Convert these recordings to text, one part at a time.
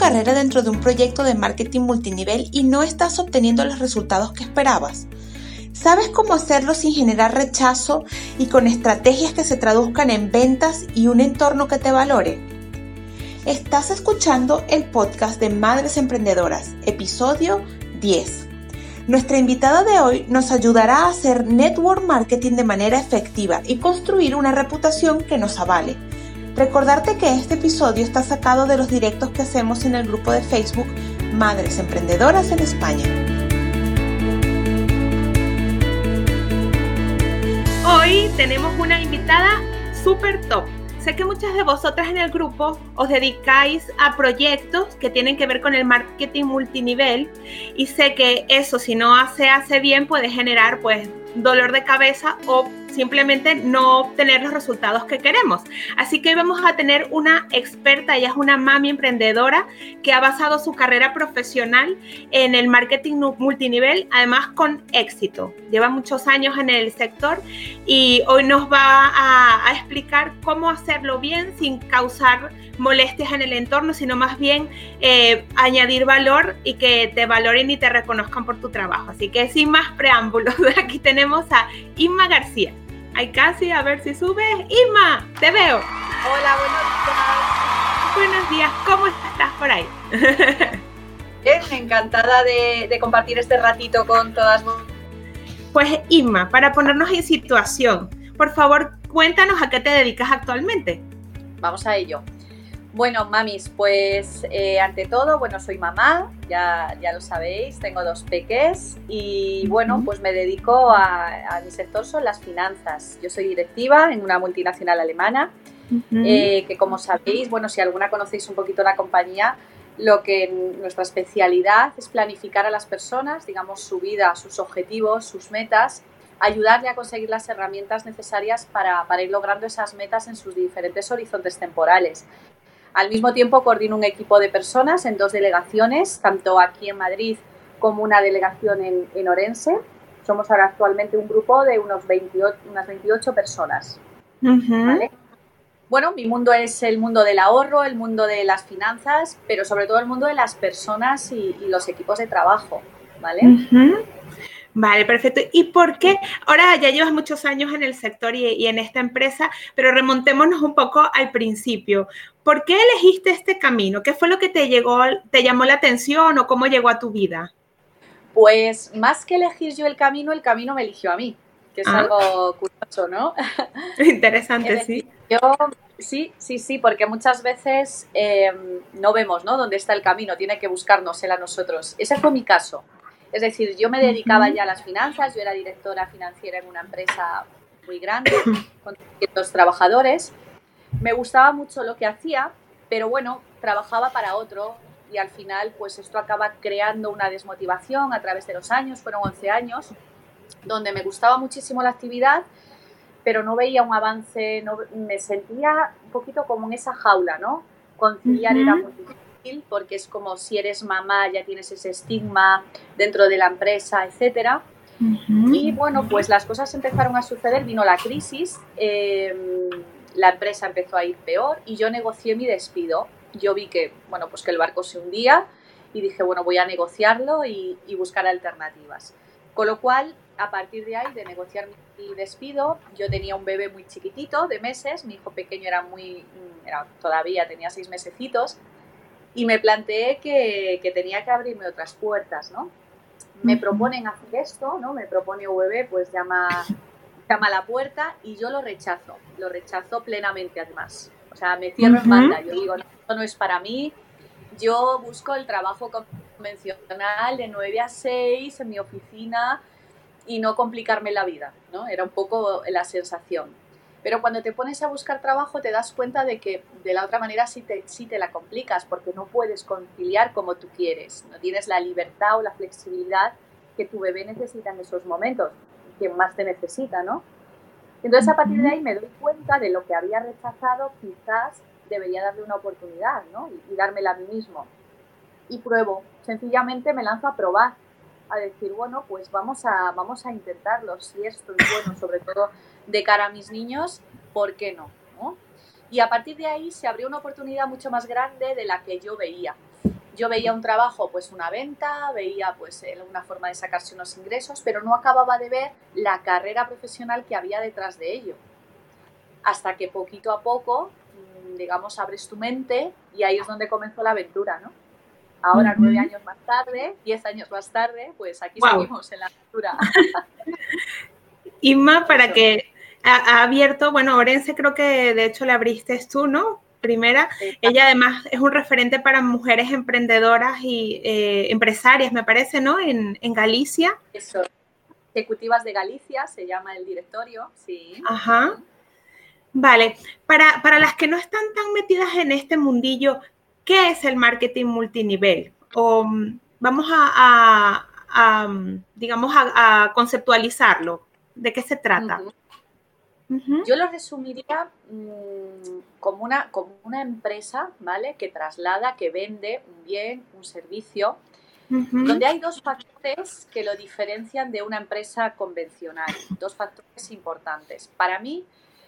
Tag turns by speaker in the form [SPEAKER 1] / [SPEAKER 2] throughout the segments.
[SPEAKER 1] carrera dentro de un proyecto de marketing multinivel y no estás obteniendo los resultados que esperabas? ¿Sabes cómo hacerlo sin generar rechazo y con estrategias que se traduzcan en ventas y un entorno que te valore? Estás escuchando el podcast de Madres Emprendedoras, episodio 10. Nuestra invitada de hoy nos ayudará a hacer network marketing de manera efectiva y construir una reputación que nos avale. Recordarte que este episodio está sacado de los directos que hacemos en el grupo de Facebook Madres Emprendedoras en España. Hoy tenemos una invitada súper top. Sé que muchas de vosotras en el grupo os dedicáis a proyectos que tienen que ver con el marketing multinivel y sé que eso, si no se hace bien, puede generar dolor de cabeza o simplemente no obtener los resultados que queremos. Así que hoy vamos a tener una experta, ella es una mami emprendedora que ha basado su carrera profesional en el marketing multinivel, además con éxito. Lleva muchos años en el sector y hoy nos va a explicar cómo hacerlo bien sin causar molestias en el entorno, sino más bien añadir valor y que te valoren y te reconozcan por tu trabajo. Así que sin más preámbulos, aquí tenemos a Inma García. Ay, casi, a ver si sube. Inma, te veo.
[SPEAKER 2] Hola, buenos días.
[SPEAKER 1] Buenos días, ¿cómo estás por ahí?
[SPEAKER 2] Bien, encantada de compartir este ratito con todas vosotras.
[SPEAKER 1] Pues Inma, para ponernos en situación, por favor, cuéntanos a qué te dedicas actualmente.
[SPEAKER 2] Vamos a ello. Bueno, mamis, pues ante todo, soy mamá, ya lo sabéis, tengo 2 peques y pues me dedico a mi sector, son las finanzas. Yo soy directiva en una multinacional alemana, que como sabéis, si alguna conocéis un poquito la compañía, nuestra especialidad es planificar a las personas, digamos, su vida, sus objetivos, sus metas, ayudarle a conseguir las herramientas necesarias para ir logrando esas metas en sus diferentes horizontes temporales. Al mismo tiempo coordino un equipo de personas en 2 delegaciones, tanto aquí en Madrid como una delegación en Orense. Somos ahora actualmente un grupo de unas 28 personas. ¿Vale? Bueno, mi mundo es el mundo del ahorro, el mundo de las finanzas, pero sobre todo el mundo de las personas y los equipos de trabajo, ¿vale?
[SPEAKER 1] Vale, perfecto. ¿Y por qué? Ahora ya llevas muchos años en el sector y en esta empresa, pero remontémonos un poco al principio. ¿Por qué elegiste este camino? ¿Qué fue lo que te llamó la atención o cómo llegó a tu vida?
[SPEAKER 2] Pues más que elegir yo el camino me eligió a mí, que es algo curioso, ¿no?
[SPEAKER 1] Interesante,
[SPEAKER 2] decir, sí, porque muchas veces no vemos, ¿no?, dónde está el camino, tiene que buscarnos él a nosotros. Ese fue mi caso. Es decir, yo me dedicaba ya a las finanzas, yo era directora financiera en una empresa muy grande, con 300 trabajadores. Me gustaba mucho lo que hacía, pero trabajaba para otro y al final esto acaba creando una desmotivación a través de los años, fueron 11 años, donde me gustaba muchísimo la actividad, pero no veía un avance, me sentía un poquito como en esa jaula, ¿no? Conciliar era muy difícil porque es como si eres mamá, ya tienes ese estigma dentro de la empresa, etcétera. Y las cosas empezaron a suceder, vino la crisis, la empresa empezó a ir peor y yo negocié mi despido. Yo vi que, que el barco se hundía y dije, voy a negociarlo y buscar alternativas. Con lo cual, a partir de ahí, de negociar mi despido, yo tenía un bebé muy chiquitito, de meses, mi hijo pequeño todavía tenía 6 mesecitos, y me planteé que tenía que abrirme otras puertas, ¿no? Me proponen hacer esto, ¿no? Me propone UVB, llama a la puerta y yo lo rechazo plenamente además. O sea, me cierro en banda, yo digo, no, esto no es para mí, yo busco el trabajo convencional de 9 a 6 en mi oficina y no complicarme la vida, ¿no? Era un poco la sensación. Pero cuando te pones a buscar trabajo te das cuenta de que de la otra manera sí te la complicas porque no puedes conciliar como tú quieres, no tienes la libertad o la flexibilidad que tu bebé necesita en esos momentos, quien más te necesita, ¿no? Entonces a partir de ahí me doy cuenta de lo que había rechazado, quizás debería darle una oportunidad, ¿no? Y dármela a mí mismo. Y pruebo, sencillamente me lanzo a probar, a decir, vamos a intentarlo, si esto es bueno, sobre todo de cara a mis niños, ¿por qué no? Y a partir de ahí se abrió una oportunidad mucho más grande de la que yo veía. Yo veía un trabajo, pues una venta, veía pues una forma de sacarse unos ingresos, pero no acababa de ver la carrera profesional que había detrás de ello. Hasta que poquito a poco, digamos, abres tu mente y ahí es donde comenzó la aventura, ¿no? Ahora, 9 años más tarde, 10 años más tarde, pues aquí seguimos en la aventura.
[SPEAKER 1] Inma, para que ha abierto, bueno, Orense creo que de hecho la abriste tú, ¿no? Primera. Ella además es un referente para mujeres emprendedoras y empresarias, me parece, ¿no? En Galicia.
[SPEAKER 2] Eso. Ejecutivas de Galicia, se llama el directorio, sí.
[SPEAKER 1] Ajá. Vale, para las que no están tan metidas en este mundillo, ¿qué es el marketing multinivel? O vamos digamos, a conceptualizarlo. ¿De qué se trata?
[SPEAKER 2] Yo lo resumiría como una empresa, ¿vale? Que traslada, que vende un bien, un servicio, donde hay dos factores que lo diferencian de una empresa convencional, dos factores importantes. Para mí,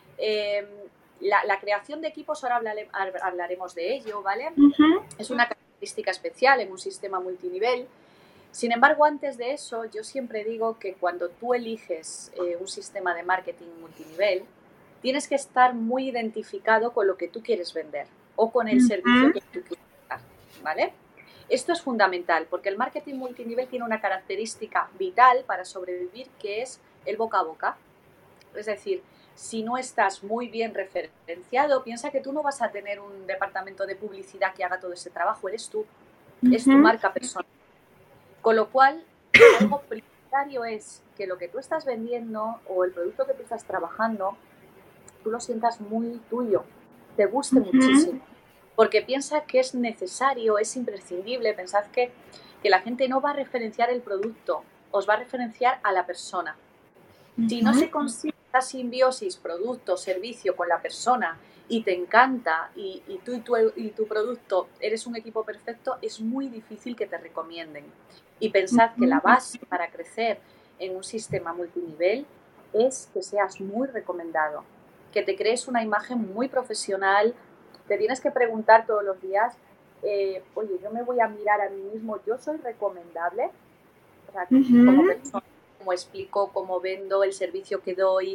[SPEAKER 2] la creación de equipos, ahora hablaremos de ello, ¿vale? Es una característica especial en un sistema multinivel. Sin embargo, antes de eso, yo siempre digo que cuando tú eliges un sistema de marketing multinivel, tienes que estar muy identificado con lo que tú quieres vender o con el servicio que tú quieres dar, ¿vale? Esto es fundamental porque el marketing multinivel tiene una característica vital para sobrevivir, que es el boca a boca. Es decir, si no estás muy bien referenciado, piensa que tú no vas a tener un departamento de publicidad que haga todo ese trabajo, eres tú, es tu marca personal. Con lo cual, algo prioritario es que lo que tú estás vendiendo o el producto que tú estás trabajando, tú lo sientas muy tuyo, te guste muchísimo. Porque piensa que es necesario, es imprescindible. Pensad que la gente no va a referenciar el producto, os va a referenciar a la persona. Si no se consigue esa simbiosis producto-servicio con la persona y te encanta y tu producto eres un equipo perfecto, es muy difícil que te recomienden. Y pensad que la base para crecer en un sistema multinivel es que seas muy recomendado, que te crees una imagen muy profesional. Te tienes que preguntar todos los días, oye, yo me voy a mirar a mí mismo, ¿yo soy recomendable? O sea, como persona, cómo explico, cómo vendo, el servicio que doy,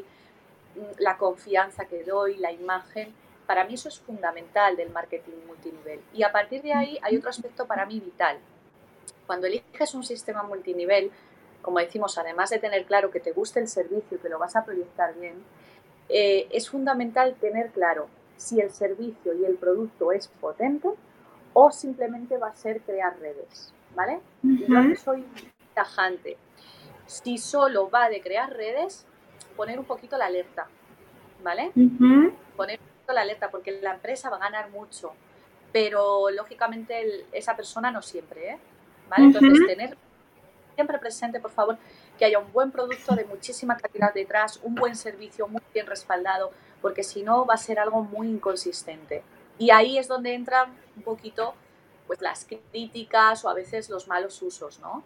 [SPEAKER 2] la confianza que doy, la imagen. Para mí eso es fundamental del marketing multinivel. Y a partir de ahí hay otro aspecto para mí vital. Cuando eliges un sistema multinivel, como decimos, además de tener claro que te guste el servicio y que lo vas a proyectar bien, es fundamental tener claro si el servicio y el producto es potente o simplemente va a ser crear redes, ¿vale? Yo aquí soy tajante. Si solo va de crear redes, poner un poquito la alerta, ¿vale? Poner un poquito la alerta porque la empresa va a ganar mucho, pero lógicamente esa persona no siempre, ¿eh? ¿Vale? Entonces, tener siempre presente, por favor, que haya un buen producto de muchísima calidad detrás, un buen servicio muy bien respaldado, porque si no va a ser algo muy inconsistente. Y ahí es donde entran un poquito pues las críticas o a veces los malos usos, ¿no?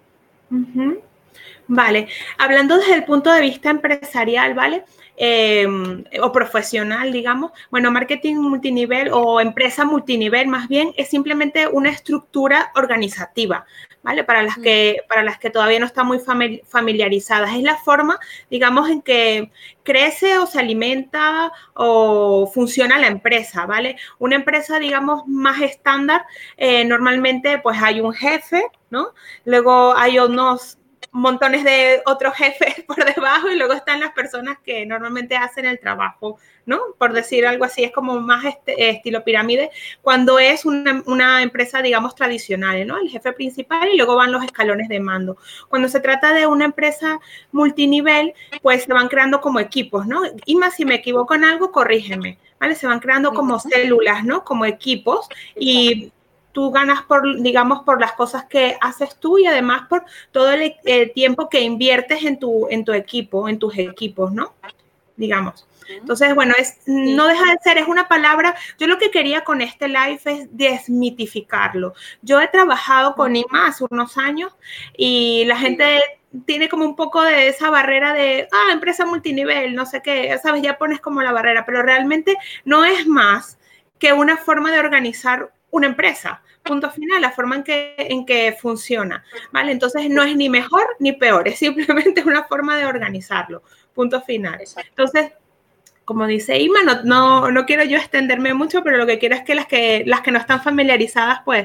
[SPEAKER 1] Vale, hablando desde el punto de vista empresarial, ¿vale? O profesional, digamos, bueno, marketing multinivel o empresa multinivel más bien es simplemente una estructura organizativa, ¿vale? Para las que todavía no están muy familiarizadas. Es la forma, digamos, en que crece o se alimenta o funciona la empresa, ¿vale? Una empresa, digamos, más estándar, normalmente pues hay un jefe, ¿no? Luego hay unos montones de otros jefes por debajo y luego están las personas que normalmente hacen el trabajo, ¿no? Por decir algo así, es como más estilo pirámide, cuando es una empresa, digamos, tradicional, ¿no? El jefe principal y luego van los escalones de mando. Cuando se trata de una empresa multinivel, pues se van creando como equipos, ¿no? Y más si me equivoco en algo, corrígeme, ¿vale? Se van creando como células, ¿no? Como equipos y tú ganas por, digamos, por las cosas que haces tú y además por todo el tiempo que inviertes en tu equipo, en tus equipos, ¿no? Digamos. Entonces, bueno, no deja de ser, es una palabra, yo lo que quería con este live es desmitificarlo. Yo he trabajado con IMA hace unos años y la gente tiene como un poco de esa barrera de, empresa multinivel, no sé qué, sabes, ya pones como la barrera, pero realmente no es más que una forma de organizar una empresa, punto final, la forma en que funciona, ¿vale? Entonces no es ni mejor ni peor, es simplemente una forma de organizarlo, punto final. Entonces, como dice Ima, no quiero yo extenderme mucho, pero lo que quiero es que las que no están familiarizadas, pues,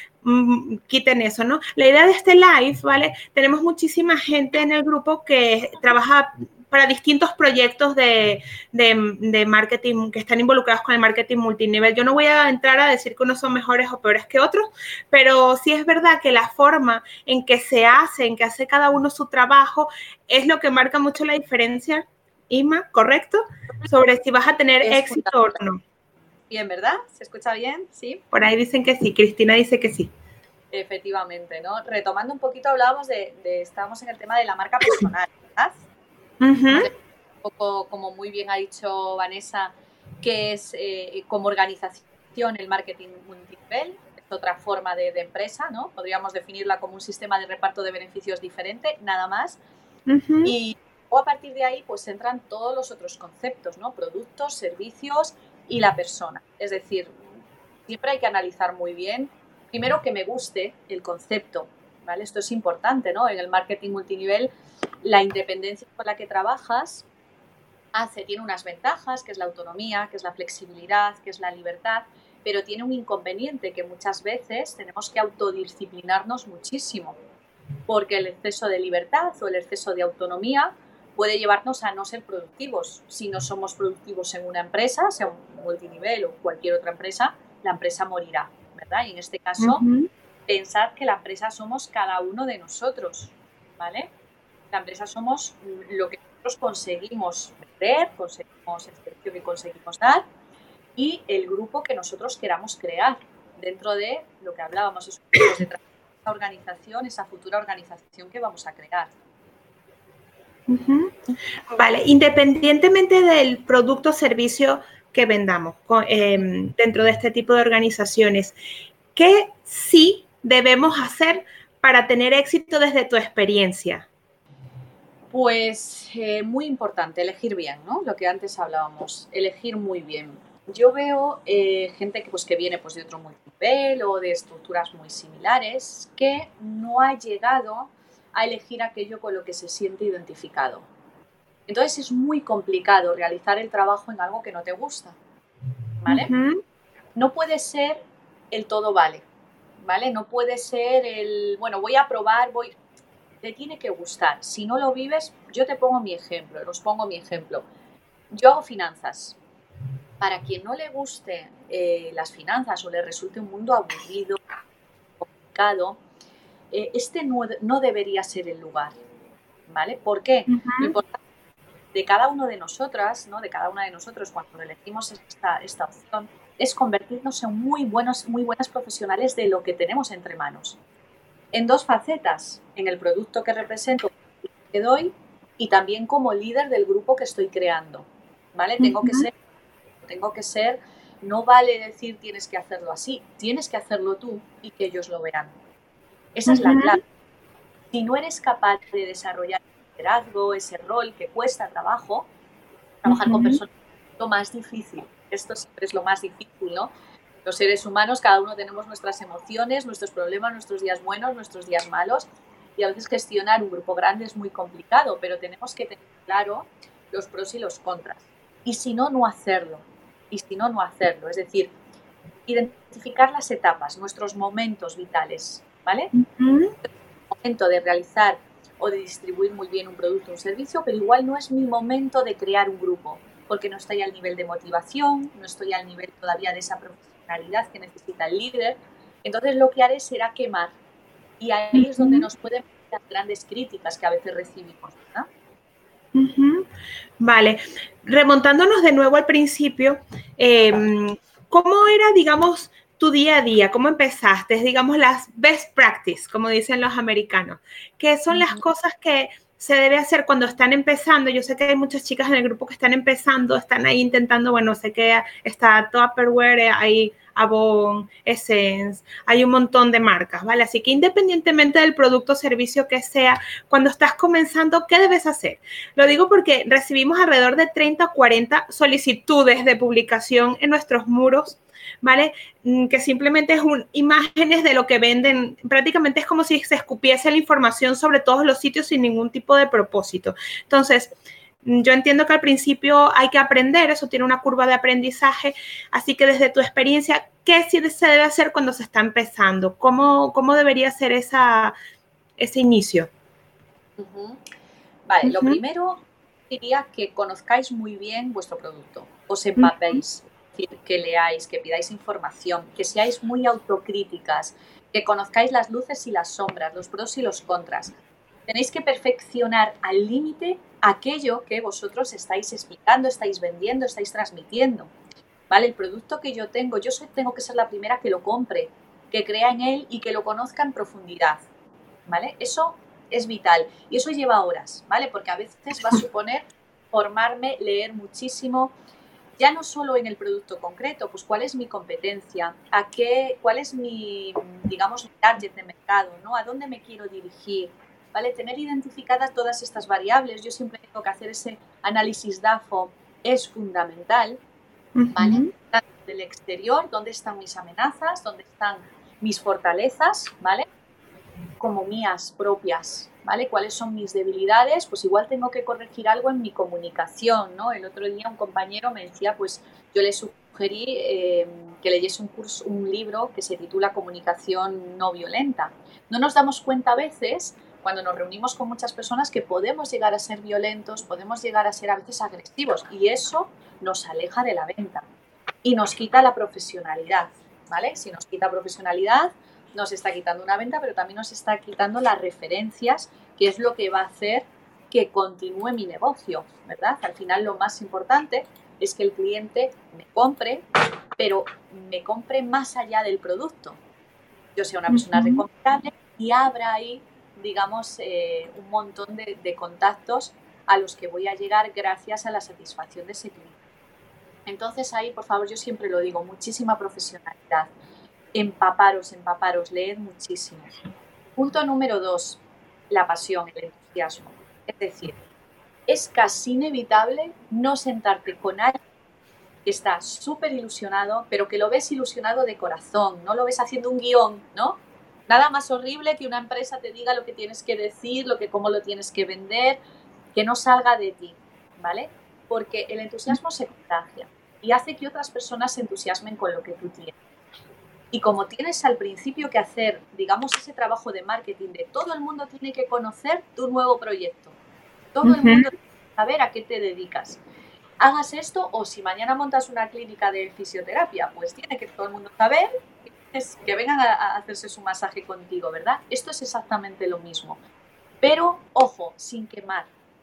[SPEAKER 1] quiten eso, ¿no? La idea de este live, ¿vale? Tenemos muchísima gente en el grupo que trabaja para distintos proyectos de marketing que están involucrados con el marketing multinivel. Yo no voy a entrar a decir que unos son mejores o peores que otros, pero sí es verdad que la forma en que en que hace cada uno su trabajo, es lo que marca mucho la diferencia, Ima, ¿correcto? Sobre si vas a tener éxito o no.
[SPEAKER 2] Bien, ¿verdad? ¿Se escucha bien? Sí.
[SPEAKER 1] Por ahí dicen que sí, Cristina dice que sí.
[SPEAKER 2] Efectivamente, ¿no? Retomando un poquito, hablábamos estábamos en el tema de la marca personal, ¿verdad? Un poco, como muy bien ha dicho Vanessa, que es como organización el marketing multinivel, es otra forma de empresa, ¿no? Podríamos definirla como un sistema de reparto de beneficios diferente, nada más. Y a partir de ahí, pues entran todos los otros conceptos, ¿no? Productos, servicios y la persona. Es decir, siempre hay que analizar muy bien, primero que me guste el concepto, ¿vale? Esto es importante, ¿no? En el marketing multinivel, la independencia con la que trabajas tiene unas ventajas, que es la autonomía, que es la flexibilidad, que es la libertad, pero tiene un inconveniente, que muchas veces tenemos que autodisciplinarnos muchísimo, porque el exceso de libertad o el exceso de autonomía puede llevarnos a no ser productivos. Si no somos productivos en una empresa, sea un multinivel o cualquier otra empresa, la empresa morirá, ¿verdad? Y en este caso, pensad que la empresa somos cada uno de nosotros, ¿vale? La empresa somos lo que nosotros conseguimos vender, conseguimos el servicio que conseguimos dar y el grupo que nosotros queramos crear dentro de lo que hablábamos, esos grupos de trabajo, esa organización, esa futura organización que vamos a crear.
[SPEAKER 1] Vale, independientemente del producto o servicio que vendamos dentro de este tipo de organizaciones, ¿qué sí debemos hacer para tener éxito desde tu experiencia?
[SPEAKER 2] Pues muy importante, elegir bien, ¿no? Lo que antes hablábamos, elegir muy bien. Yo veo gente que viene pues, de otro multinivel o de estructuras muy similares que no ha llegado a elegir aquello con lo que se siente identificado. Entonces es muy complicado realizar el trabajo en algo que no te gusta, ¿vale? No puede ser el todo vale, ¿vale? No puede ser bueno, voy a probar, te tiene que gustar. Si no lo vives, yo te pongo mi ejemplo, os pongo mi ejemplo. Yo hago finanzas. Para quien no le guste las finanzas o le resulte un mundo aburrido, complicado, este no debería ser el lugar, ¿vale? ¿Por qué? Lo importante de cada uno de nosotras, ¿no? De cada una de nosotros cuando elegimos esta opción es convertirnos en muy buenas profesionales de lo que tenemos entre manos. En dos facetas, en el producto que represento, que doy, y también como líder del grupo que estoy creando, ¿vale? Tengo que ser, no vale decir tienes que hacerlo así, tienes que hacerlo tú y que ellos lo vean. Esa es la clave. Si no eres capaz de desarrollar ese liderazgo, ese rol que cuesta trabajo, trabajar con personas es lo más difícil. Esto siempre es lo más difícil, ¿no? Los seres humanos, cada uno tenemos nuestras emociones, nuestros problemas, nuestros días buenos, nuestros días malos, y a veces gestionar un grupo grande es muy complicado, pero tenemos que tener claro los pros y los contras. Y si no, no hacerlo. Es decir, identificar las etapas, nuestros momentos vitales, ¿vale? El momento de realizar o de distribuir muy bien un producto o un servicio, pero igual no es mi momento de crear un grupo, porque no estoy al nivel de motivación, no estoy al nivel todavía de esa profesionalidad que necesita el líder. Entonces lo que haré será quemar. Y ahí es donde nos pueden venir las grandes críticas que a veces recibimos, ¿no?
[SPEAKER 1] Vale, remontándonos de nuevo al principio, ¿cómo era, digamos, tu día a día? ¿Cómo empezaste? Digamos, las best practice, como dicen los americanos. ¿Qué son las cosas que se debe hacer cuando están empezando? Yo sé que hay muchas chicas en el grupo que están empezando, están ahí intentando, bueno, sé que está Tupperware, hay Avon, Essence, hay un montón de marcas, ¿vale? Así que independientemente del producto o servicio que sea, cuando estás comenzando, ¿qué debes hacer? Lo digo porque recibimos alrededor de 30 o 40 solicitudes de publicación en nuestros muros, ¿vale? Que simplemente es imágenes de lo que venden. Prácticamente es como si se escupiese la información sobre todos los sitios sin ningún tipo de propósito. Entonces, yo entiendo que al principio hay que aprender, eso tiene una curva de aprendizaje, así que desde tu experiencia, ¿qué sí se debe hacer cuando se está empezando? ¿Cómo debería ser ese inicio?
[SPEAKER 2] Vale, lo primero diría que conozcáis muy bien vuestro producto, os empapéis, que leáis, que pidáis información, que seáis muy autocríticas, que conozcáis las luces y las sombras, los pros y los contras. Tenéis que perfeccionar al límite aquello que vosotros estáis explicando, estáis vendiendo, estáis transmitiendo. ¿Vale? El producto que yo tengo, tengo que ser la primera que lo compre, que crea en él y que lo conozca en profundidad. ¿Vale? Eso es vital y eso lleva horas, ¿vale? Porque a veces va a suponer formarme, leer muchísimo, ya no solo en el producto concreto, pues cuál es mi competencia, cuál es mi, digamos, mi target de mercado, ¿no? A dónde me quiero dirigir, ¿vale? Tener identificadas todas estas variables, yo siempre tengo que hacer ese análisis DAFO, es fundamental, ¿vale? Tanto del exterior, dónde están mis amenazas, dónde están mis fortalezas, ¿vale? Como mías propias, ¿vale? ¿Cuáles son mis debilidades? Pues igual tengo que corregir algo en mi comunicación, ¿no? El otro día un compañero me decía, pues yo le sugerí que leyese un libro que se titula Comunicación no violenta. No nos damos cuenta a veces, cuando nos reunimos con muchas personas, que podemos llegar a ser violentos, podemos llegar a ser a veces agresivos y eso nos aleja de la venta y nos quita la profesionalidad, ¿vale? Si nos quita profesionalidad, nos está quitando una venta, pero también nos está quitando las referencias, que es lo que va a hacer que continúe mi negocio, ¿verdad? Al final lo más importante es que el cliente me compre, pero me compre más allá del producto. Yo sea una persona recomendable y abra ahí, digamos, un montón de contactos a los que voy a llegar gracias a la satisfacción de ese cliente. Entonces ahí, por favor, yo siempre lo digo, muchísima profesionalidad. Empaparos, leed muchísimo. Punto número 2, la pasión, el entusiasmo. Es decir, es casi inevitable no sentarte con alguien que está súper ilusionado, pero que lo ves ilusionado de corazón, no lo ves haciendo un guión, ¿no? Nada más horrible que una empresa te diga lo que tienes que decir, cómo lo tienes que vender, que no salga de ti, ¿vale? Porque el entusiasmo se contagia y hace que otras personas se entusiasmen con lo que tú tienes. Y como tienes al principio que hacer, digamos, ese trabajo de marketing de todo el mundo tiene que conocer tu nuevo proyecto, todo el mundo tiene que saber a qué te dedicas. Hagas esto o si mañana montas una clínica de fisioterapia, pues tiene que todo el mundo saber que vengan a hacerse su masaje contigo, ¿verdad? Esto es exactamente lo mismo. Pero, ojo, sin quemar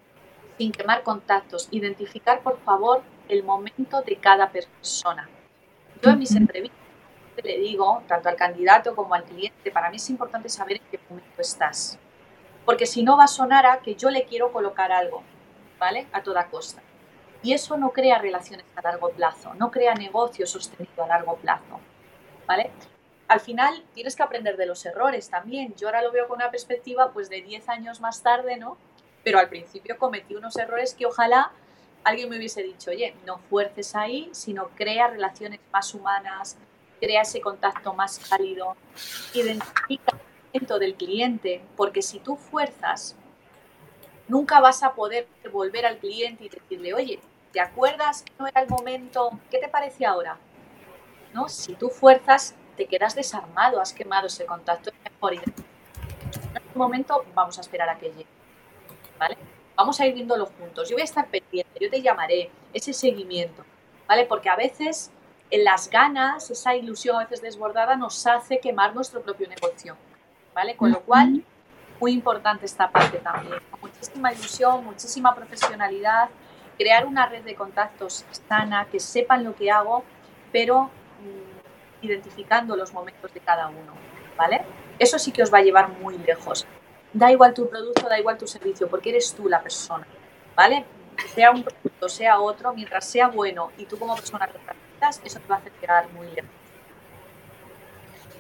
[SPEAKER 2] contactos, identificar, por favor, el momento de cada persona. Yo en mis entrevistas le digo, tanto al candidato como al cliente, para mí es importante saber en qué momento estás. Porque si no va a sonar a que yo le quiero colocar algo, ¿vale? A toda costa. Y eso no crea relaciones a largo plazo, no crea negocio sostenido a largo plazo, ¿vale? Al final tienes que aprender de los errores también. Yo ahora lo veo con una perspectiva pues de 10 años más tarde, ¿no? Pero al principio cometí unos errores que ojalá alguien me hubiese dicho, oye, no fuerces ahí, sino crea relaciones más humanas, crea ese contacto más cálido, identifica el momento del cliente, porque si tú fuerzas, nunca vas a poder volver al cliente y decirle, oye, ¿te acuerdas que no era el momento? ¿Qué te parece ahora? ¿No? Si tú fuerzas, te quedas desarmado, has quemado ese contacto, es mejor. Y en este momento vamos a esperar a que llegue, ¿vale? Vamos a ir viéndolo juntos. Yo voy a estar pendiente, yo te llamaré, ese seguimiento, ¿vale? Porque a veces las ganas, esa ilusión a veces desbordada nos hace quemar nuestro propio negocio, ¿vale? Con lo cual, muy importante esta parte también. Muchísima ilusión, muchísima profesionalidad, crear una red de contactos sana, que sepan lo que hago, pero identificando los momentos de cada uno, ¿vale? Eso sí que os va a llevar muy lejos. Da igual tu producto, da igual tu servicio, porque eres tú la persona, ¿vale? Sea un producto, sea otro, mientras sea bueno y tú como persona lo practicas, eso te va a hacer llegar muy lejos.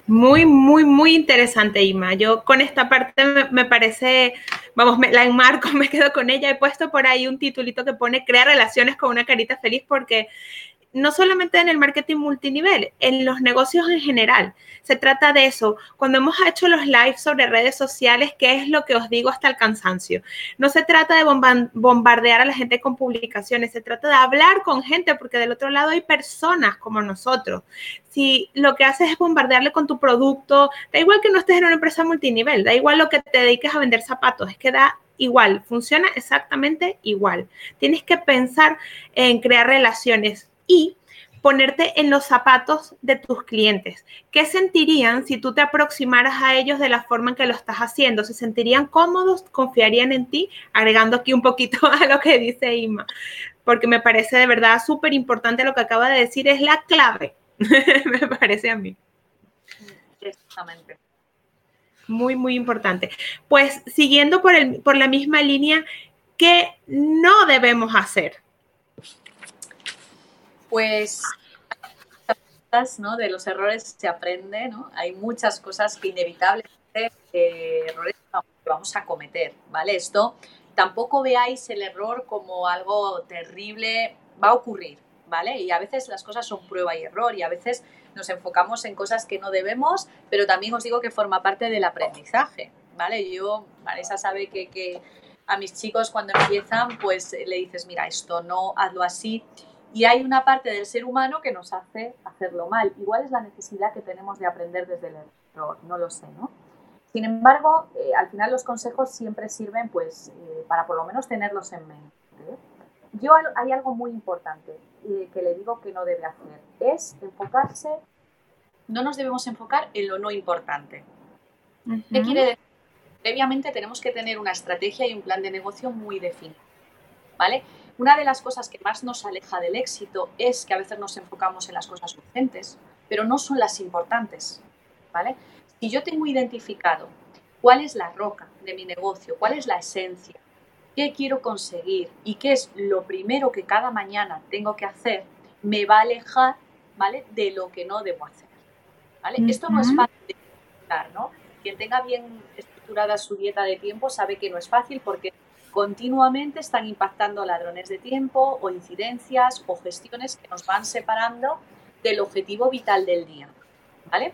[SPEAKER 1] Muy, muy, muy interesante, Ima. Yo con esta parte me parece, vamos, la enmarco, me quedo con ella. He puesto por ahí un titulito que pone "Crea relaciones con una carita feliz", porque no solamente en el marketing multinivel, en los negocios en general. Se trata de eso. Cuando hemos hecho los lives sobre redes sociales, ¿qué es lo que os digo hasta el cansancio? No se trata de bombardear a la gente con publicaciones, se trata de hablar con gente, porque del otro lado hay personas como nosotros. Si lo que haces es bombardearle con tu producto, da igual que no estés en una empresa multinivel, da igual lo que te dediques a vender zapatos, es que da igual, funciona exactamente igual. Tienes que pensar en crear relaciones y ponerte en los zapatos de tus clientes. ¿Qué sentirían si tú te aproximaras a ellos de la forma en que lo estás haciendo? ¿Se sentirían cómodos? ¿Confiarían en ti? Agregando aquí un poquito a lo que dice Ima, porque me parece de verdad súper importante lo que acaba de decir, es la clave, me parece a mí.
[SPEAKER 2] Exactamente.
[SPEAKER 1] Muy, muy importante. Pues siguiendo por la misma línea, ¿qué no debemos hacer?
[SPEAKER 2] Pues, ¿no? De los errores se aprende, ¿no? Hay muchas cosas que inevitablemente, errores que vamos a cometer, ¿vale? Esto, tampoco veáis el error como algo terrible, va a ocurrir, ¿vale? Y a veces las cosas son prueba y error y a veces nos enfocamos en cosas que no debemos, pero también os digo que forma parte del aprendizaje, ¿vale? Yo, Vanessa sabe que a mis chicos cuando empiezan, pues le dices, mira, esto no, hazlo así. Y hay una parte del ser humano que nos hace hacerlo mal. Igual es la necesidad que tenemos de aprender desde el error, no lo sé, ¿no? Sin embargo, al final los consejos siempre sirven pues, para por lo menos tenerlos en mente. Hay algo muy importante que le digo que no debe hacer, es enfocarse, no nos debemos enfocar en lo no importante. ¿Qué quiere decir? Previamente tenemos que tener una estrategia y un plan de negocio muy definido, ¿vale? Una de las cosas que más nos aleja del éxito es que a veces nos enfocamos en las cosas urgentes, pero no son las importantes, ¿vale? Si yo tengo identificado cuál es la roca de mi negocio, cuál es la esencia, qué quiero conseguir y qué es lo primero que cada mañana tengo que hacer, me va a alejar, ¿vale?, de lo que no debo hacer, ¿vale? Esto no es fácil de explicar, ¿no? Quien tenga bien estructurada su dieta de tiempo sabe que no es fácil porque continuamente están impactando ladrones de tiempo o incidencias o gestiones que nos van separando del objetivo vital del día, ¿vale?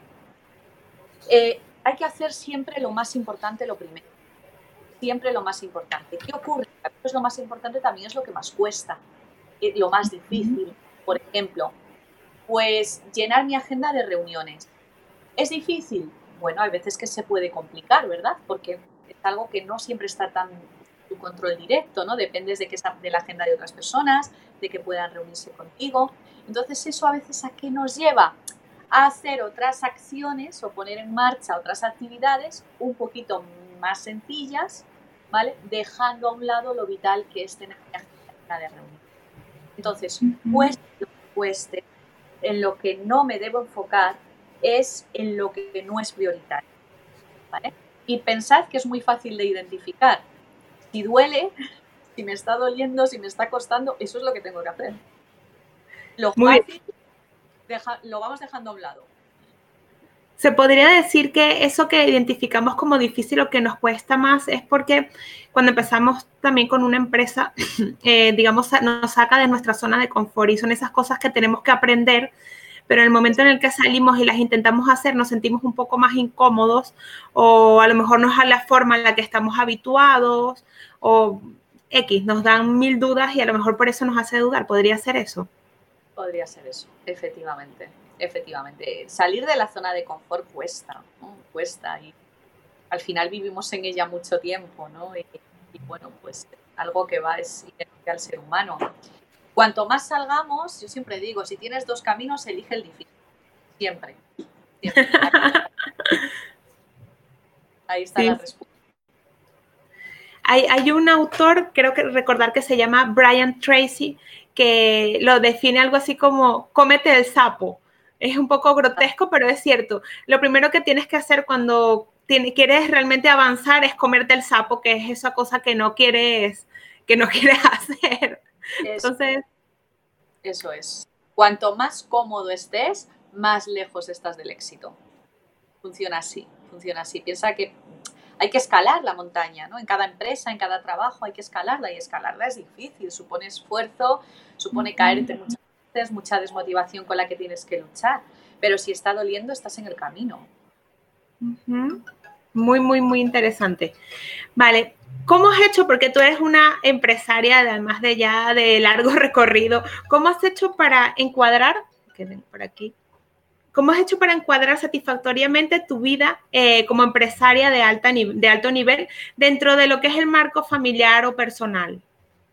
[SPEAKER 2] Hay que hacer siempre lo más importante lo primero, siempre lo más importante. ¿Qué ocurre? Pues lo más importante también es lo que más cuesta, lo más difícil. Por ejemplo, pues llenar mi agenda de reuniones. ¿Es difícil? Bueno, hay veces que se puede complicar, ¿verdad? Porque es algo que no siempre está tan tu control directo, ¿no? Dependes de la agenda de otras personas, de que puedan reunirse contigo. Entonces, eso a veces, ¿a qué nos lleva? A hacer otras acciones o poner en marcha otras actividades un poquito más sencillas, ¿vale? Dejando a un lado lo vital que es tener una agenda de reunión. Entonces, cueste lo que cueste, en lo que no me debo enfocar es en lo que no es prioritario, ¿vale? Y pensad que es muy fácil de identificar. Si duele, si me está doliendo, si me está costando, eso es lo que tengo que hacer. Lo fácil, lo vamos dejando a un lado.
[SPEAKER 1] Se podría decir que eso que identificamos como difícil o que nos cuesta más es porque cuando empezamos también con una empresa, digamos, nos saca de nuestra zona de confort y son esas cosas que tenemos que aprender, pero en el momento en el que salimos y las intentamos hacer nos sentimos un poco más incómodos o a lo mejor no es a la forma en la que estamos habituados o X, nos dan mil dudas y a lo mejor por eso nos hace dudar. ¿Podría ser eso?
[SPEAKER 2] Podría ser eso, efectivamente. Efectivamente. Salir de la zona de confort cuesta, ¿no? Cuesta y al final vivimos en ella mucho tiempo, ¿no? Y bueno, pues algo que va es inherente al ser humano. Cuanto más salgamos, yo siempre digo, si tienes dos caminos, elige el difícil. Siempre. Siempre. Ahí está la respuesta.
[SPEAKER 1] Hay un autor, creo que recordar que se llama Brian Tracy, que lo define algo así como cómete el sapo. Es un poco grotesco, pero es cierto. Lo primero que tienes que hacer cuando quieres realmente avanzar es comerte el sapo, que es esa cosa que no quieres hacer. Entonces,
[SPEAKER 2] eso es. Cuanto más cómodo estés, más lejos estás del éxito. funciona así, funciona así. Piensa que hay que escalar la montaña, ¿no? En cada empresa, en cada trabajo hay que escalarla y escalarla es difícil, supone esfuerzo, supone caerte muchas veces, mucha desmotivación con la que tienes que luchar, pero si está doliendo estás en el camino.
[SPEAKER 1] Muy, muy, muy interesante. Vale, ¿cómo has hecho? Porque tú eres una empresaria, además de ya de largo recorrido, ¿cómo has hecho para encuadrar, queden por aquí, cómo has hecho para encuadrar satisfactoriamente tu vida como empresaria de alto nivel dentro de lo que es el marco familiar o personal?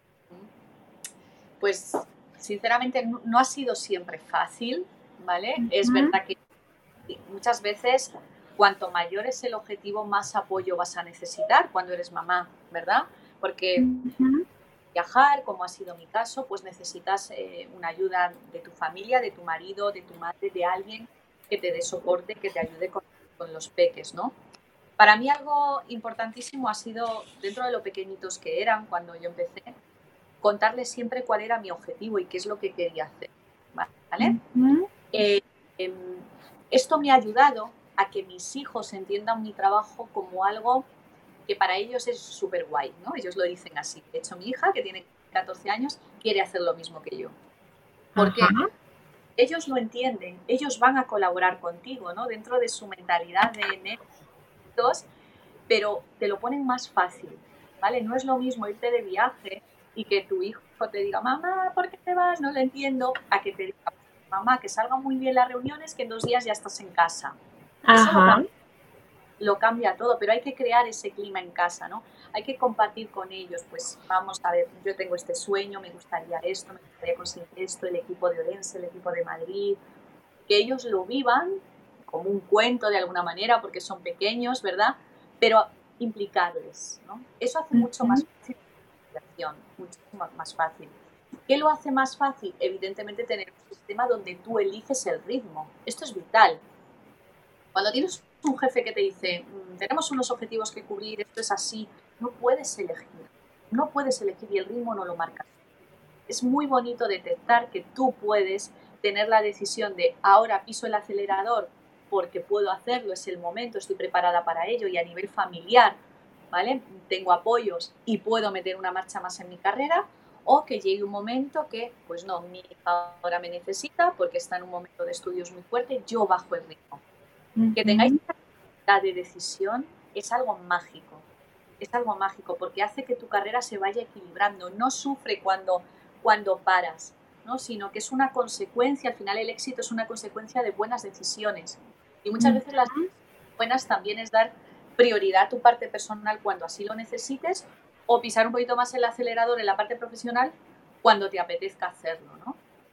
[SPEAKER 2] Pues, sinceramente, no ha sido siempre fácil, ¿vale? Es verdad que muchas veces, cuanto mayor es el objetivo, más apoyo vas a necesitar cuando eres mamá, ¿verdad? Porque viajar, como ha sido mi caso, pues necesitas una ayuda de tu familia, de tu marido, de tu madre, de alguien que te dé soporte, que te ayude con los peques, ¿no? Para mí algo importantísimo ha sido, dentro de lo pequeñitos que eran cuando yo empecé, contarles siempre cuál era mi objetivo y qué es lo que quería hacer, ¿vale? Esto me ha ayudado a que mis hijos entiendan mi trabajo como algo que para ellos es súper guay, ¿no? Ellos lo dicen así. De hecho, mi hija, que tiene 14 años, quiere hacer lo mismo que yo. Porque ellos lo entienden, ellos van a colaborar contigo, ¿no? Dentro de su mentalidad de netos, pero te lo ponen más fácil, ¿vale? No es lo mismo irte de viaje y que tu hijo te diga, mamá, ¿por qué te vas? No lo entiendo, a que te diga, mamá, que salgan muy bien las reuniones, que en 2 días ya estás en casa. Eso lo cambia todo, pero hay que crear ese clima en casa, ¿no? Hay que compartir con ellos, pues vamos a ver, yo tengo este sueño, me gustaría esto, me gustaría conseguir esto, el equipo de Orense, el equipo de Madrid, que ellos lo vivan como un cuento de alguna manera, porque son pequeños, ¿verdad? Pero implicarles, ¿no? Eso hace mucho más fácil la situación, muchísimo más fácil. ¿Qué lo hace más fácil? Evidentemente tener un sistema donde tú eliges el ritmo. Esto es vital. Cuando tienes un jefe que te dice, tenemos unos objetivos que cubrir, esto es así, no puedes elegir. No puedes elegir y el ritmo no lo marcas. Es muy bonito detectar que tú puedes tener la decisión de ahora piso el acelerador porque puedo hacerlo, es el momento, estoy preparada para ello y a nivel familiar, ¿vale? Tengo apoyos y puedo meter una marcha más en mi carrera, o que llegue un momento que, pues no, mi hija ahora me necesita porque está en un momento de estudios muy fuerte, yo bajo el ritmo. Que tengáis la de decisión es algo mágico. Es algo mágico porque hace que tu carrera se vaya equilibrando. No sufre cuando paras, ¿no? Sino que es una consecuencia, al final el éxito es una consecuencia de buenas decisiones. Y muchas veces las buenas también es dar prioridad a tu parte personal cuando así lo necesites, o pisar un poquito más el acelerador en la parte profesional cuando te apetezca hacerlo, ¿no?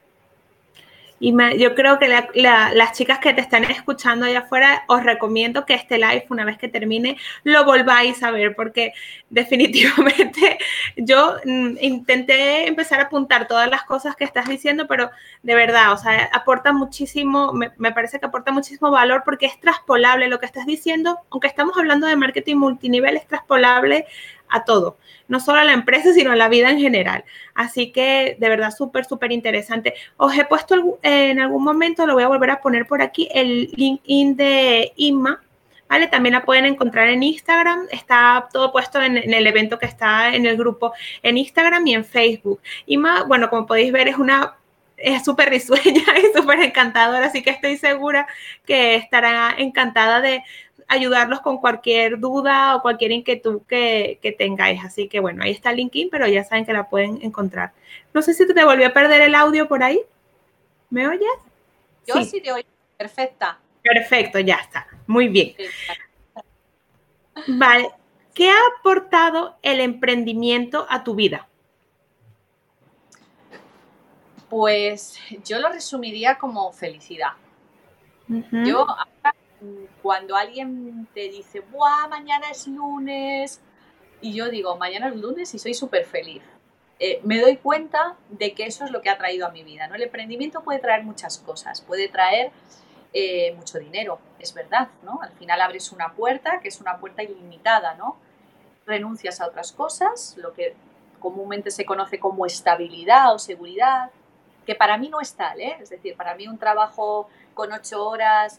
[SPEAKER 1] Y yo creo que las chicas que te están escuchando allá afuera, os recomiendo que este live, una vez que termine, lo volváis a ver, porque definitivamente yo intenté empezar a apuntar todas las cosas que estás diciendo, pero de verdad, o sea, aporta muchísimo, me parece que aporta muchísimo valor porque es traspolable lo que estás diciendo, aunque estamos hablando de marketing multinivel, es traspolable a todo, no solo a la empresa, sino a la vida en general. Así que, de verdad, súper, súper interesante. Os he puesto en algún momento, lo voy a volver a poner por aquí, el LinkedIn de Inma, ¿vale? También la pueden encontrar en Instagram. Está todo puesto en el evento que está en el grupo en Instagram y en Facebook. Inma, bueno, como podéis ver, es súper risueña y súper encantadora, así que estoy segura que estará encantada de ayudarlos con cualquier duda o cualquier inquietud que tengáis. Así que bueno, ahí está el LinkedIn, pero ya saben que la pueden encontrar. No sé si te volvió a perder el audio por ahí. ¿Me oyes?
[SPEAKER 2] Yo sí te oigo. Perfecta.
[SPEAKER 1] Perfecto, ya está. Muy bien. Vale. ¿Qué ha aportado el emprendimiento a tu vida?
[SPEAKER 2] Pues yo lo resumiría como felicidad. Yo ahora, cuando alguien te dice, ¡buah, mañana es lunes! Y yo digo, mañana es lunes y soy súper feliz. Me doy cuenta de que eso es lo que ha traído a mi vida, ¿no? El emprendimiento puede traer muchas cosas, puede traer mucho dinero, es verdad, ¿no? Al final abres una puerta que es una puerta ilimitada, ¿no? Renuncias a otras cosas, lo que comúnmente se conoce como estabilidad o seguridad, que para mí no es tal, ¿eh? Es decir, para mí un trabajo con 8 horas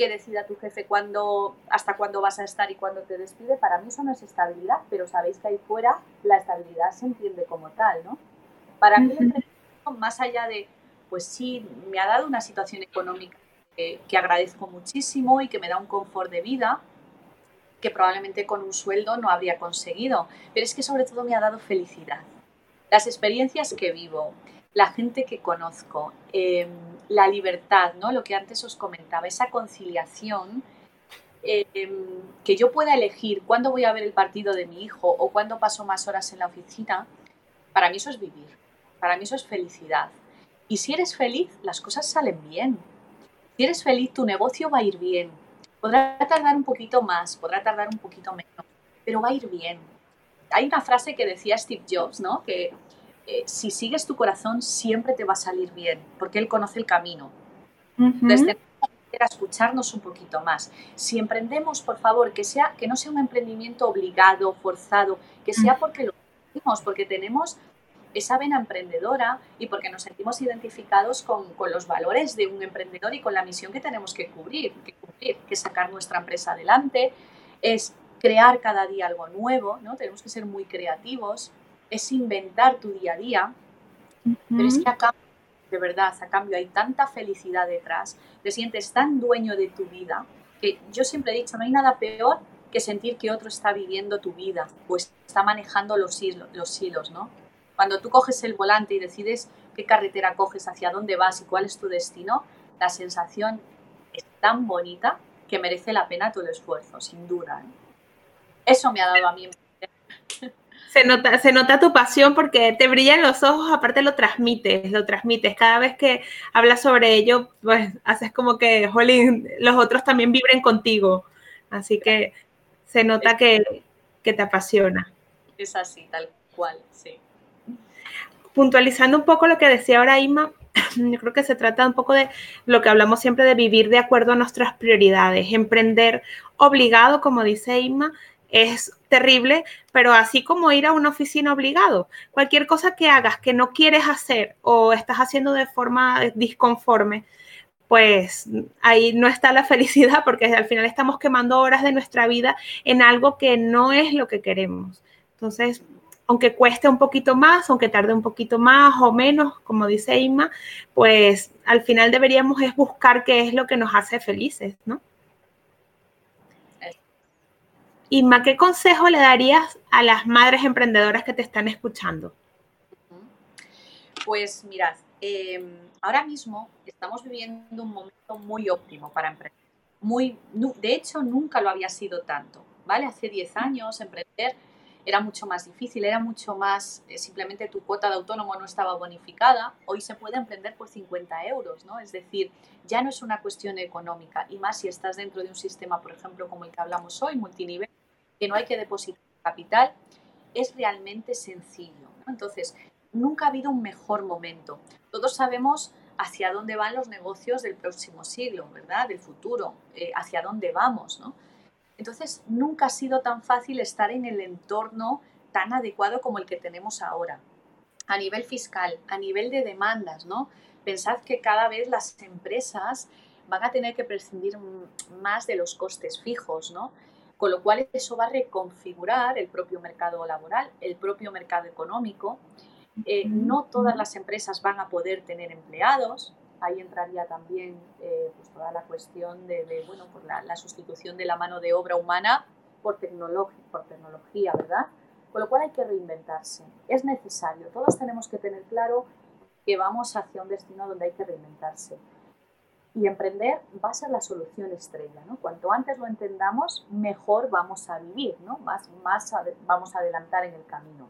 [SPEAKER 2] que decida tu jefe hasta cuándo vas a estar y cuándo te despide, para mí eso no es estabilidad, pero sabéis que ahí fuera la estabilidad se entiende como tal, ¿no? Para mí el emprendimiento, más allá de, pues sí, me ha dado una situación económica que agradezco muchísimo y que me da un confort de vida que probablemente con un sueldo no habría conseguido, pero es que sobre todo me ha dado felicidad. Las experiencias que vivo, la gente que conozco, la libertad, ¿no? Lo que antes os comentaba, esa conciliación, que yo pueda elegir cuándo voy a ver el partido de mi hijo o cuándo paso más horas en la oficina, para mí eso es vivir, para mí eso es felicidad. Y si eres feliz, las cosas salen bien. Si eres feliz, tu negocio va a ir bien. Podrá tardar un poquito más, podrá tardar un poquito menos, pero va a ir bien. Hay una frase que decía Steve Jobs, ¿no? Que si sigues tu corazón siempre te va a salir bien, porque él conoce el camino. Entonces tenemos que escucharnos un poquito más. Si emprendemos, por favor, que no sea un emprendimiento obligado, forzado, que sea porque lo sentimos, porque tenemos esa vena emprendedora y porque nos sentimos identificados con los valores de un emprendedor y con la misión que tenemos que cumplir, que es sacar nuestra empresa adelante, es crear cada día algo nuevo, ¿no? Tenemos que ser muy creativos, es inventar tu día a día, pero es que a cambio, de verdad, a cambio hay tanta felicidad detrás, te sientes tan dueño de tu vida, que yo siempre he dicho, no hay nada peor que sentir que otro está viviendo tu vida, pues está manejando los hilos, ¿no? Cuando tú coges el volante y decides qué carretera coges, hacia dónde vas y cuál es tu destino, la sensación es tan bonita que merece la pena todo el esfuerzo, sin duda, ¿eh? Eso me ha dado a mí.
[SPEAKER 1] Se nota tu pasión porque te brillan los ojos, aparte lo transmites. Cada vez que hablas sobre ello, pues haces como que, jolín, los otros también vibren contigo. Así que se nota que te apasiona.
[SPEAKER 2] Es así, tal cual, sí.
[SPEAKER 1] Puntualizando un poco lo que decía ahora Inma, yo creo que se trata un poco de lo que hablamos siempre de vivir de acuerdo a nuestras prioridades. Emprender obligado, como dice Inma, es terrible, pero así como ir a una oficina obligado, cualquier cosa que hagas que no quieres hacer o estás haciendo de forma disconforme, pues ahí no está la felicidad porque al final estamos quemando horas de nuestra vida en algo que no es lo que queremos. Entonces, aunque cueste un poquito más, aunque tarde un poquito más o menos, como dice Inma, pues al final deberíamos es buscar qué es lo que nos hace felices, ¿no? Inma, ¿qué consejo le darías a las madres emprendedoras que te están escuchando?
[SPEAKER 2] Pues mirad, ahora mismo estamos viviendo un momento muy óptimo para emprender. De hecho, nunca lo había sido tanto, ¿vale? Hace 10 años emprender era mucho más difícil, era mucho más, simplemente tu cuota de autónomo no estaba bonificada. Hoy se puede emprender por 50 euros, ¿no? Es decir, ya no es una cuestión económica, y más si estás dentro de un sistema, por ejemplo, como el que hablamos hoy, multinivel, que no hay que depositar capital, es realmente sencillo, ¿no? Entonces, nunca ha habido un mejor momento. Todos sabemos hacia dónde van los negocios del próximo siglo, ¿verdad? Del futuro, hacia dónde vamos, ¿no? Entonces, nunca ha sido tan fácil estar en el entorno tan adecuado como el que tenemos ahora. A nivel fiscal, a nivel de demandas, ¿no? Pensad que cada vez las empresas van a tener que prescindir más de los costes fijos, ¿no? Con lo cual eso va a reconfigurar el propio mercado laboral, el propio mercado económico. No todas las empresas van a poder tener empleados. Ahí entraría también pues toda la cuestión de bueno, por la sustitución de la mano de obra humana por tecnología, ¿verdad? Con lo cual hay que reinventarse. Es necesario. Todos tenemos que tener claro que vamos hacia un destino donde hay que reinventarse. Y emprender va a ser la solución estrella, ¿no? Cuanto antes lo entendamos, mejor vamos a vivir, ¿no? Más vamos a adelantar en el camino.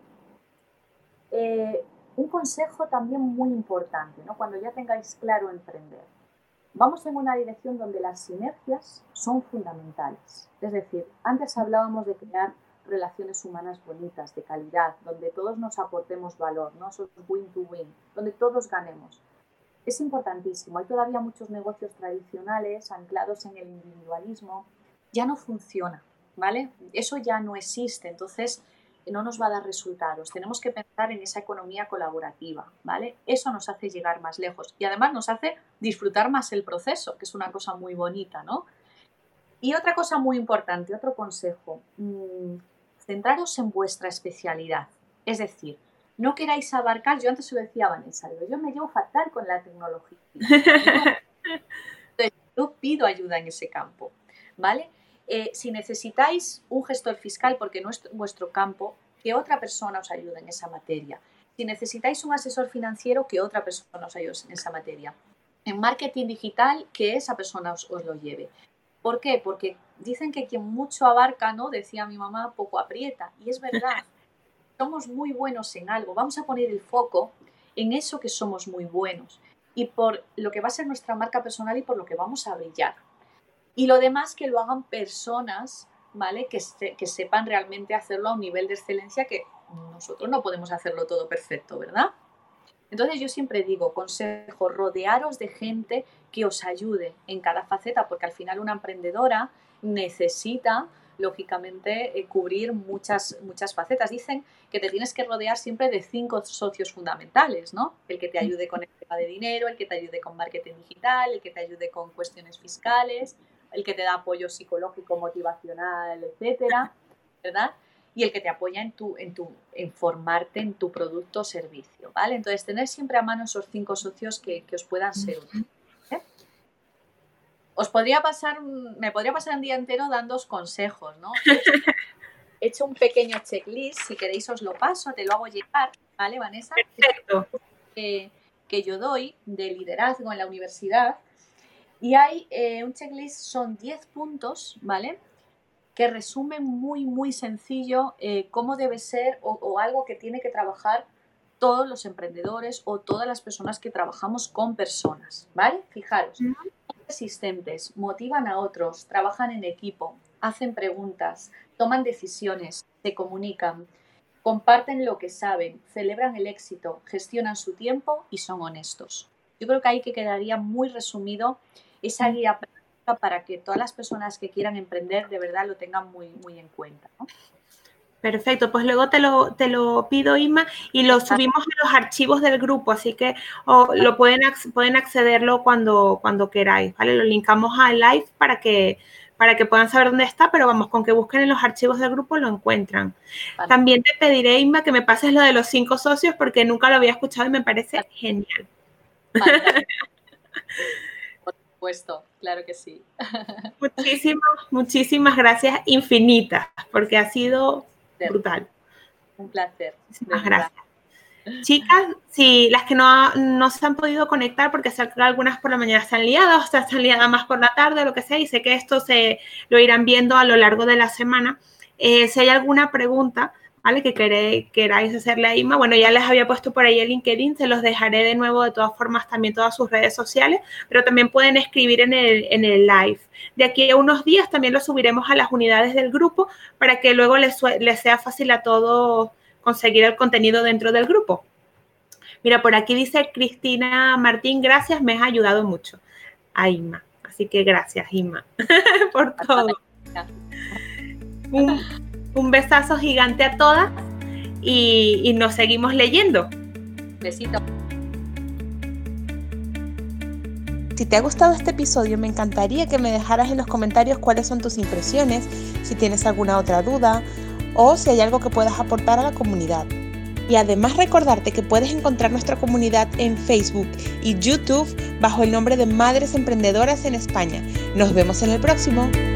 [SPEAKER 2] Un consejo también muy importante, ¿no? Cuando ya tengáis claro emprender. Vamos en una dirección donde las sinergias son fundamentales. Es decir, antes hablábamos de crear relaciones humanas bonitas, de calidad, donde todos nos aportemos valor, ¿no? Eso es win to win, donde todos ganemos. Es importantísimo. Hay todavía muchos negocios tradicionales anclados en el individualismo. Ya no funciona, ¿vale? Eso ya no existe, entonces no nos va a dar resultados. Tenemos que pensar en esa economía colaborativa, ¿vale? Eso nos hace llegar más lejos y además nos hace disfrutar más el proceso, que es una cosa muy bonita, ¿no? Y otra cosa muy importante, otro consejo, centraros en vuestra especialidad. Es decir, no queráis abarcar, yo antes lo decía a Vanessa, yo me llevo fatal con la tecnología. Entonces, yo pido ayuda en ese campo, ¿vale? Si necesitáis un gestor fiscal, porque no es vuestro campo, que otra persona os ayude en esa materia. Si necesitáis un asesor financiero, que otra persona os ayude en esa materia. En marketing digital, que esa persona os lo lleve. ¿Por qué? Porque dicen que quien mucho abarca, ¿no? Decía mi mamá, poco aprieta. Y es verdad, somos muy buenos en algo. Vamos a poner el foco en eso que somos muy buenos. Y por lo que va a ser nuestra marca personal y por lo que vamos a brillar. Y lo demás que lo hagan personas, ¿vale? Que sepan realmente hacerlo a un nivel de excelencia que nosotros no podemos hacerlo todo perfecto, ¿verdad? Entonces yo siempre digo, consejo, rodearos de gente que os ayude en cada faceta, porque al final una emprendedora necesita, lógicamente, cubrir muchas facetas. Dicen que te tienes que rodear siempre de 5 socios fundamentales, ¿no? El que te ayude con el tema de dinero, el que te ayude con marketing digital, el que te ayude con cuestiones fiscales, el que te da apoyo psicológico, motivacional, etcétera, ¿verdad? Y el que te apoya en formarte en tu producto o servicio, ¿vale? Entonces, tener siempre a mano esos 5 socios que os puedan ser útiles. Me podría pasar un día entero dándoos consejos, ¿no? He hecho un pequeño checklist, si queréis os lo paso, te lo hago llegar, ¿vale, Vanessa?
[SPEAKER 1] Perfecto.
[SPEAKER 2] Que yo doy de liderazgo en la universidad. Y hay un checklist, son 10 puntos, ¿vale? Que resumen muy, muy sencillo cómo debe ser o algo que tiene que trabajar todos los emprendedores o todas las personas que trabajamos con personas, ¿vale? Fijaros, son persistentes, motivan a otros, trabajan en equipo, hacen preguntas, toman decisiones, se comunican, comparten lo que saben, celebran el éxito, gestionan su tiempo y son honestos. Yo creo que ahí que quedaría muy resumido esa guía práctica para que todas las personas que quieran emprender de verdad lo tengan muy, muy en cuenta, ¿no?
[SPEAKER 1] Perfecto, pues luego te lo pido, Inma, y lo subimos a los archivos del grupo, así que lo pueden accederlo cuando queráis, ¿vale? Lo linkamos al live para que puedan saber dónde está, pero vamos, con que busquen en los archivos del grupo lo encuentran. Vale. También te pediré, Inma, que me pases lo de los 5 socios porque nunca lo había escuchado y me parece genial.
[SPEAKER 2] Vale. Por supuesto, claro que sí.
[SPEAKER 1] Muchísimas gracias infinitas, porque ha sido brutal.
[SPEAKER 2] Un placer.
[SPEAKER 1] Muchas gracias. Chicas, si las que no se han podido conectar, porque sé que algunas por la mañana están liadas, o están liadas más por la tarde, o lo que sea, y sé que esto lo irán viendo a lo largo de la semana. Si hay alguna pregunta, ¿vale? Que queráis hacerle a Inma, bueno, ya les había puesto por ahí el LinkedIn, se los dejaré de nuevo de todas formas también todas sus redes sociales, pero también pueden escribir en el live. De aquí a unos días también lo subiremos a las unidades del grupo para que luego les sea fácil a todos conseguir el contenido dentro del grupo. Mira, por aquí dice Cristina Martín, gracias, me has ayudado mucho a Inma. Así que gracias, Inma, por todo. Un besazo gigante a todas y nos seguimos leyendo.
[SPEAKER 2] Besito.
[SPEAKER 3] Si te ha gustado este episodio, me encantaría que me dejaras en los comentarios cuáles son tus impresiones, si tienes alguna otra duda o si hay algo que puedas aportar a la comunidad. Y además recordarte que puedes encontrar nuestra comunidad en Facebook y YouTube bajo el nombre de Madres Emprendedoras en España. Nos vemos en el próximo.